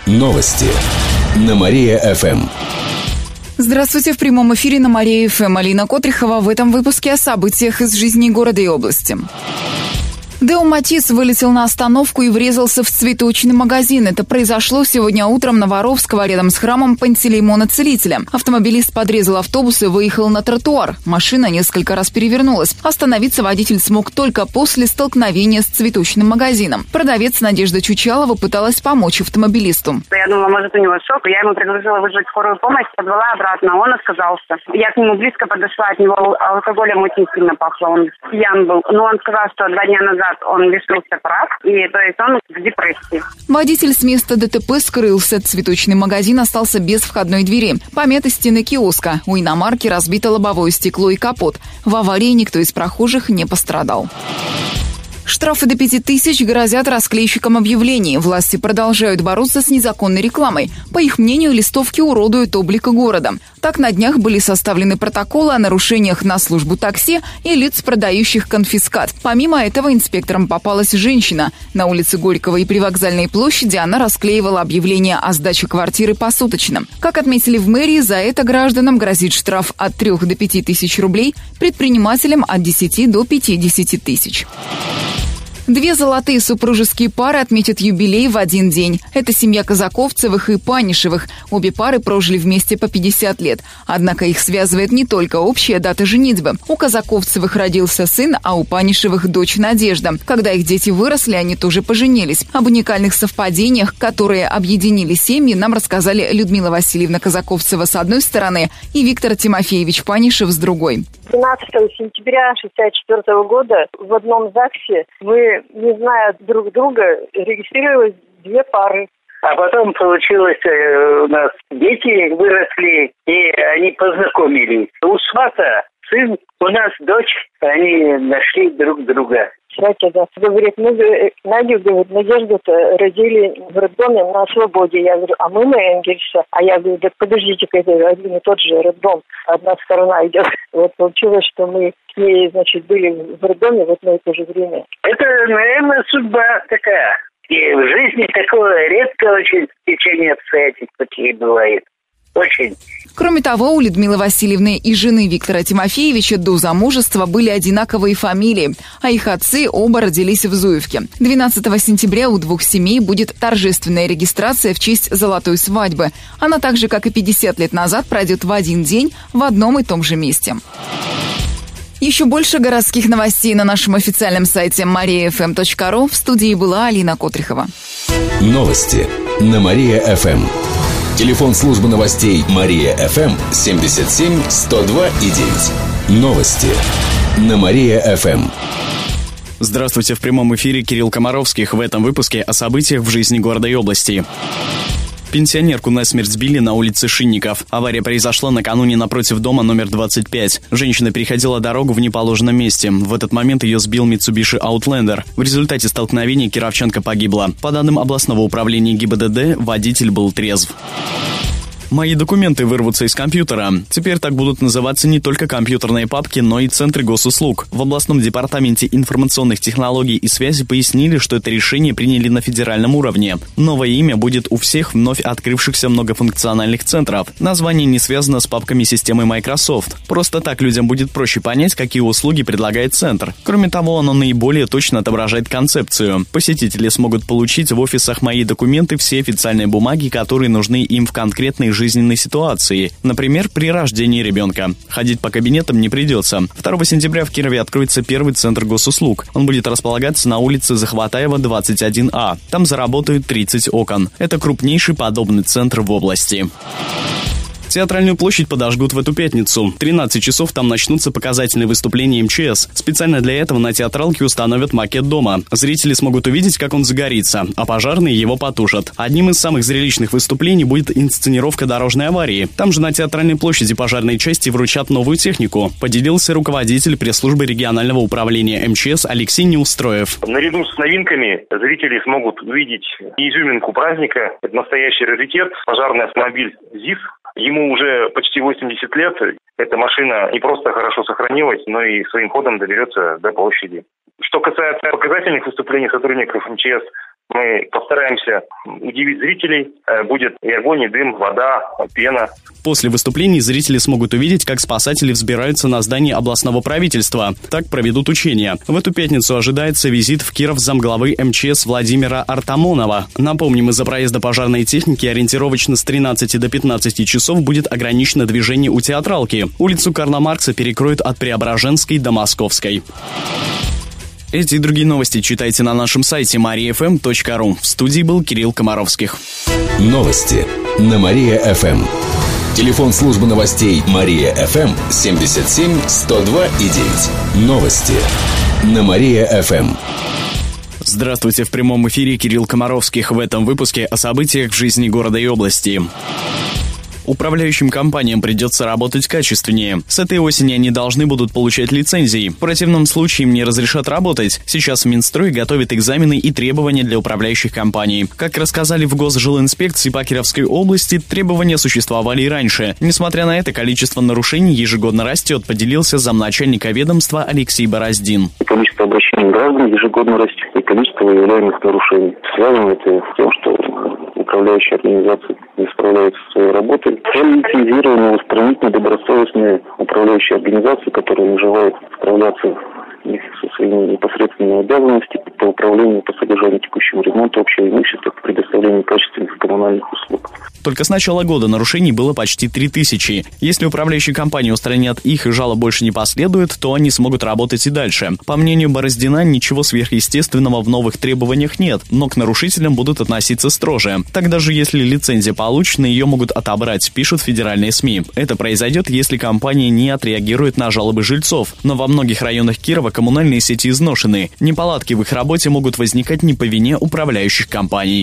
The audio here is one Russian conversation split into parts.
Новости на Мария-ФМ. Здравствуйте, в прямом эфире на Мария-ФМ. Алина Котрихова. В этом выпуске о событиях из жизни города и области. Део Матис вылетел на остановку и врезался в цветочный магазин. Это произошло сегодня утром на Воровского, рядом с храмом Пантелеймона Целителя. Автомобилист подрезал автобус и выехал на тротуар. Машина несколько раз перевернулась. Остановиться водитель смог только после столкновения с цветочным магазином. Продавец Надежда Чучалова пыталась помочь автомобилисту. Я думала, может, у него шок. Я ему предложила вызвать скорую помощь, подвела обратно. Он отказался. Я к нему близко подошла, от него алкоголем очень сильно пахло. Он пьян был. Но он сказал, что 2 дня назад он лишился прав, и то есть он в депрессии. Водитель с места ДТП скрылся. Цветочный магазин остался без входной двери. Помяты стены киоска. У иномарки разбито лобовое стекло и капот. В аварии никто из прохожих не пострадал. Штрафы до 5000 грозят расклейщикам объявлений. Власти продолжают бороться с незаконной рекламой. По их мнению, листовки уродуют облик города. Так, на днях были составлены протоколы о нарушениях на службу такси и лиц, продающих конфискат. Помимо этого, инспекторам попалась женщина. На улице Горького и Привокзальной площади она расклеивала объявления о сдаче квартиры посуточно. Как отметили в мэрии, за это гражданам грозит штраф от 3 до 5 тысяч рублей, предпринимателям от 10 до 50 тысяч. 2 золотые супружеские пары отметят юбилей в один день. Это семья Казаковцевых и Панишевых. Обе пары прожили вместе по 50 лет. Однако их связывает не только общая дата женитьбы. У Казаковцевых родился сын, а у Панишевых дочь Надежда. Когда их дети выросли, они тоже поженились. Об уникальных совпадениях, которые объединили семьи, нам рассказали Людмила Васильевна Казаковцева с одной стороны и Виктор Тимофеевич Панишев с другой. 12 сентября 1964 года в одном ЗАГСе мы, не зная друг друга, регистрировались 2 пары. А потом получилось, у нас дети выросли, и они познакомились. У свата сын, у нас дочь, они нашли друг друга. Братья, да. Говорит, мы, Надю, говорит, Надежду-то родили в роддоме на Свободе. Я говорю, а мы на Энгельса. А я говорю, да подождите-ка, это один и тот же роддом. Одна сторона идет. Вот получилось, что мы с ней, значит, были в роддоме в одно и то же время. Это, наверное, судьба такая. И в жизни такое редко очень течение обстоятельств такие бывает. Очень. Кроме того, у Людмилы Васильевны и жены Виктора Тимофеевича до замужества были одинаковые фамилии, а их отцы оба родились в Зуевке. 12 сентября у 2 семей будет торжественная регистрация в честь золотой свадьбы. Она так же, как и 50 лет назад, пройдет в один день в одном и том же месте. Еще больше городских новостей на нашем официальном сайте mariafm.ru. В студии была Алина Котрихова. Новости на Мария-ФМ. Телефон службы новостей Мария-ФМ 77 102 и 9. Новости на Мария-ФМ. Здравствуйте, в прямом эфире Кирилл Комаровских. В этом выпуске о событиях в жизни города и области. Пенсионерку насмерть сбили на улице Шинников. Авария произошла накануне напротив дома номер 25. Женщина переходила дорогу в неположенном месте. В этот момент ее сбил Mitsubishi Outlander. В результате столкновения кировчанка погибла. По данным областного управления ГИБДД, водитель был трезв. Мои документы вырвутся из компьютера. Теперь так будут называться не только компьютерные папки, но и центры госуслуг. В областном департаменте информационных технологий и связи пояснили, что это решение приняли на федеральном уровне. Новое имя будет у всех вновь открывшихся многофункциональных центров. Название не связано с папками системы Microsoft. Просто так людям будет проще понять, какие услуги предлагает центр. Кроме того, оно наиболее точно отображает концепцию. Посетители смогут получить в офисах «Мои документы» все официальные бумаги, которые нужны им в конкретной жизненной ситуации, например, при рождении ребенка. Ходить по кабинетам не придется. 2 сентября в Кирове откроется первый центр госуслуг. Он будет располагаться на улице Захватаева, 21А. Там заработают 30 окон. Это крупнейший подобный центр в области. Театральную площадь подожгут в эту пятницу. 13 часов там начнутся показательные выступления МЧС. Специально для этого на театралке установят макет дома. Зрители смогут увидеть, как он загорится, а пожарные его потушат. Одним из самых зрелищных выступлений будет инсценировка дорожной аварии. Там же на театральной площади пожарной части вручат новую технику, поделился руководитель пресс-службы регионального управления МЧС Алексей Неустроев. Наряду с новинками зрители смогут увидеть изюминку праздника. Это настоящий раритет. Пожарный автомобиль ЗИС. Ему уже почти 80 лет. Эта машина не просто хорошо сохранилась, но и своим ходом доберется до площади. Что касается показательных выступлений сотрудников МЧС, Мы постараемся удивить зрителей. Будет и огонь, и дым, вода, пена. После выступлений зрители смогут увидеть, как спасатели взбираются на здание областного правительства. Так проведут учения. В эту пятницу ожидается визит в Киров замглавы МЧС Владимира Артамонова. Напомним, из-за проезда пожарной техники ориентировочно с 13 до 15 часов будет ограничено движение у Театралки. Улицу Карла Маркса перекроют от Преображенской до Московской. Эти и другие новости читайте на нашем сайте mariafm.ru. В студии был Кирилл Комаровских. Новости на Мария-ФМ. Телефон службы новостей Мария-ФМ 77 102 и 9. Новости на Мария-ФМ. Здравствуйте, в прямом эфире Кирилл Комаровских. В этом выпуске о событиях в жизни города и области. Управляющим компаниям придется работать качественнее. С этой осени они должны будут получать лицензии. В противном случае им не разрешат работать. Сейчас Минстрой готовит экзамены и требования для управляющих компаний. Как рассказали в Госжилинспекции по Кировской области, требования существовали и раньше. Несмотря на это, количество нарушений ежегодно растет, поделился замначальника ведомства Алексей Бороздин. Количество обращений граждан ежегодно растет, и количество выявляемых нарушений. Связано это с тем, что управляющие организации не справляются со своей работой. Цель лицензирования устранить недобросовестные управляющие организации, которые не желают справляться со своими непосредственными обязанностями по управлению, по содержанию, текущему ремонту общего имущества, по предоставлению качественных коммунальных услуг. Только с начала года нарушений было почти 3000. Если управляющие компании устранят их и жалоб больше не последует, то они смогут работать и дальше. По мнению Бороздина, ничего сверхъестественного в новых требованиях нет, но к нарушителям будут относиться строже. Так даже если лицензия получена, ее могут отобрать, пишут федеральные СМИ. Это произойдет, если компания не отреагирует на жалобы жильцов. Но во многих районах Кирова коммунальные сети изношены. Неполадки в их работе могут возникать не по вине управляющих компаний.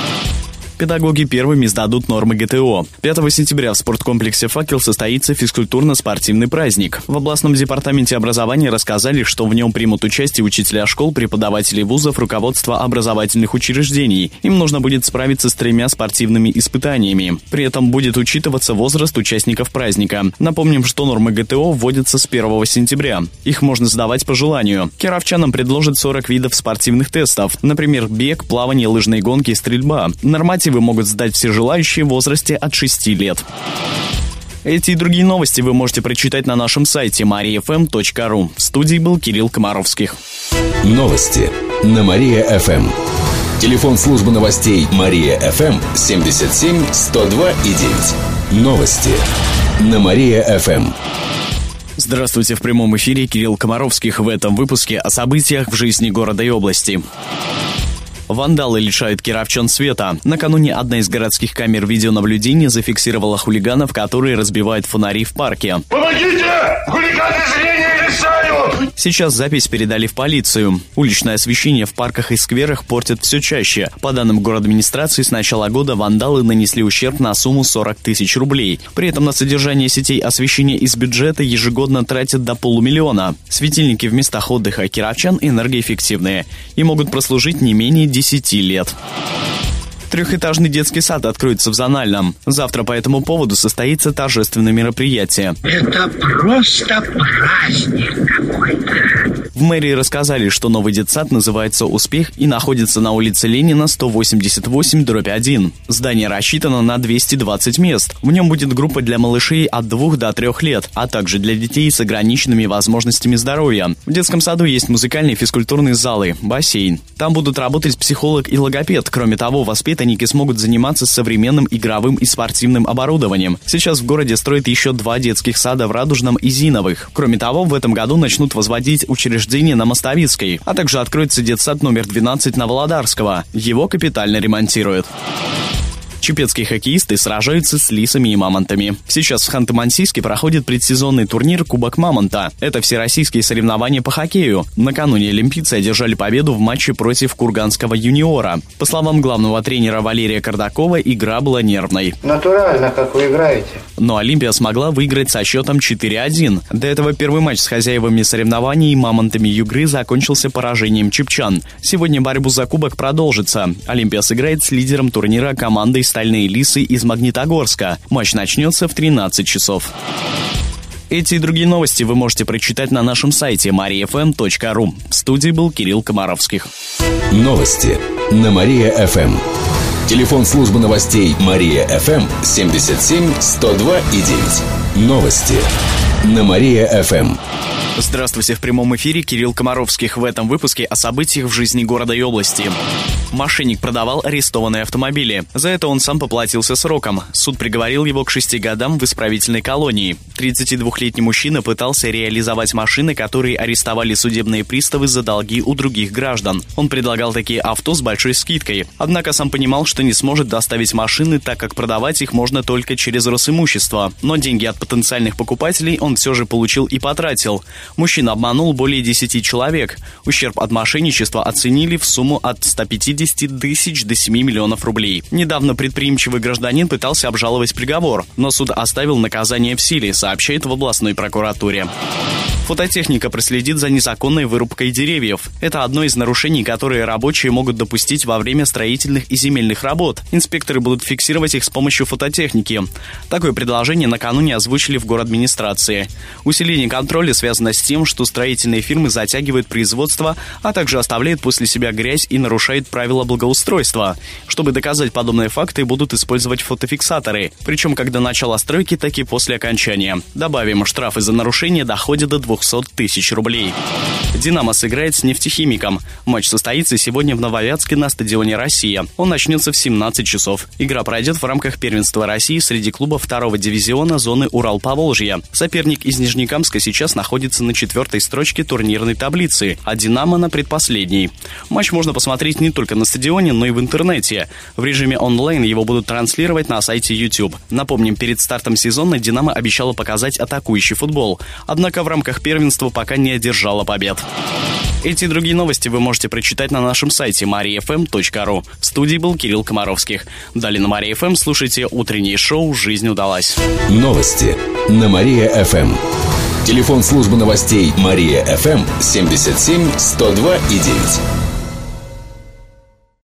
Педагоги первыми сдадут нормы ГТО. 5 сентября в спорткомплексе «Факел» состоится физкультурно-спортивный праздник. В областном департаменте образования рассказали, что в нем примут участие учителя школ, преподаватели вузов, руководство образовательных учреждений. Им нужно будет справиться с 3 спортивными испытаниями. При этом будет учитываться возраст участников праздника. Напомним, что нормы ГТО вводятся с 1 сентября. Их можно сдавать по желанию. Кировчанам предложат 40 видов спортивных тестов. Например, бег, плавание, лыжные гонки, стрельба. Нормативы могут сдать все желающие в возрасте от 6 лет. Эти и другие новости вы можете прочитать на нашем сайте mariafm.ru. В студии был Кирилл Комаровских. Новости на Мария-ФМ. Телефон службы новостей Мария-ФМ 77 102 и 9. Новости на Мария-ФМ. Здравствуйте, в прямом эфире Кирилл Комаровских. В этом выпуске о событиях в жизни города и области. Вандалы лишают кировчан света. Накануне одна из городских камер видеонаблюдения зафиксировала хулиганов, которые разбивают фонари в парке. Помогите! Хулиганы зрения лишают! Сейчас запись передали в полицию. Уличное освещение в парках и скверах портят все чаще. По данным городадминистрации, с начала года вандалы нанесли ущерб на сумму 40 000 рублей. При этом на содержание сетей освещения из бюджета ежегодно тратят до 500 000. Светильники в местах отдыха кировчан энергоэффективные и могут прослужить не менее 10 лет. 3-этажный детский сад откроется в Зональном. Завтра по этому поводу состоится торжественное мероприятие. Это просто праздник какой-то. В мэрии рассказали, что новый детсад называется «Успех» и находится на улице Ленина, 188/1. Здание рассчитано на 220 мест. В нем будет группа для малышей от 2 до 3 лет, а также для детей с ограниченными возможностями здоровья. В детском саду есть музыкальные и физкультурные залы, бассейн. Там будут работать психолог и логопед. Кроме того, воспитанники смогут заниматься современным игровым и спортивным оборудованием. Сейчас в городе строят еще 2 детских сада в Радужном и Зиновых. Кроме того, в этом году начнут возводить учреждения на Мостовицкой, а также откроется детсад номер 12 на Володарского. Его капитально ремонтируют. Чепецкие хоккеисты сражаются с лисами и мамонтами. Сейчас в Ханты-Мансийске проходит предсезонный турнир «Кубок Мамонта». Это всероссийские соревнования по хоккею. Накануне олимпийцы одержали победу в матче против курганского юниора. По словам главного тренера Валерия Кардакова, игра была нервной. Натурально, как вы играете. Но Олимпия смогла выиграть со счетом 4-1. До этого первый матч с хозяевами соревнований мамонтами Югры закончился поражением чепчан. Сегодня борьбу за кубок продолжится. Олимпия сыграет с лидером турнира командой «Стальные лисы» из Магнитогорска. Матч начнется в 13 часов. Эти и другие новости вы можете прочитать на нашем сайте mariafm.ru. В студии был Кирилл Комаровских. Новости на Мария-ФМ. Телефон службы новостей Мария-ФМ 77-102-9. Новости на Мария-ФМ. Здравствуйте, в прямом эфире Кирилл Комаровских. В этом выпуске о событиях в жизни города и области. Мошенник продавал арестованные автомобили. За это он сам поплатился сроком. Суд приговорил его к 6 годам в исправительной колонии. 32-летний мужчина пытался реализовать машины, которые арестовали судебные приставы за долги у других граждан. Он предлагал такие авто с большой скидкой. Однако сам понимал, что не сможет доставить машины, так как продавать их можно только через Росимущество. Но деньги от потенциальных покупателей он все же получил и потратил. Мужчина обманул более 10 человек. Ущерб от мошенничества оценили в сумму от 150 тысяч до 7 миллионов рублей. Недавно предприимчивый гражданин пытался обжаловать приговор, но суд оставил наказание в силе, сообщает в областной прокуратуре. Фототехника проследит за незаконной вырубкой деревьев. Это одно из нарушений, которые рабочие могут допустить во время строительных и земельных работ. Инспекторы будут фиксировать их с помощью фототехники. Такое предложение накануне озвучили в городадминистрации. Усиление контроля связано с тем, что строительные фирмы затягивают производство, а также оставляют после себя грязь и нарушают правила благоустройства. Чтобы доказать подобные факты, будут использовать фотофиксаторы. Причем как до начала стройки, так и после окончания. Добавим, штрафы за нарушение доходят до 200 тысяч рублей. «Динамо» сыграет с «Нефтехимиком». Матч состоится сегодня в Нововятске на стадионе «Россия». Он начнется в 17 часов. Игра пройдет в рамках первенства России среди клубов второго дивизиона зоны Урал-Поволжья. Соперник из Нижнекамска сейчас находится на 4-й строчке турнирной таблицы, а «Динамо» на предпоследней. Матч можно посмотреть не только на стадионе, но и в интернете. В режиме онлайн его будут транслировать на сайте YouTube. Напомним, перед стартом сезона «Динамо» обещала показать атакующий футбол. Однако в рамках первенства пока не одержала побед. Эти и другие новости вы можете прочитать на нашем сайте mariafm.ru. В студии был Кирилл Комаровских. Далее на Мария-ФМ слушайте утреннее шоу «Жизнь удалась». Новости на Мария-ФМ. Телефон службы новостей Мария-ФМ 77-102-9.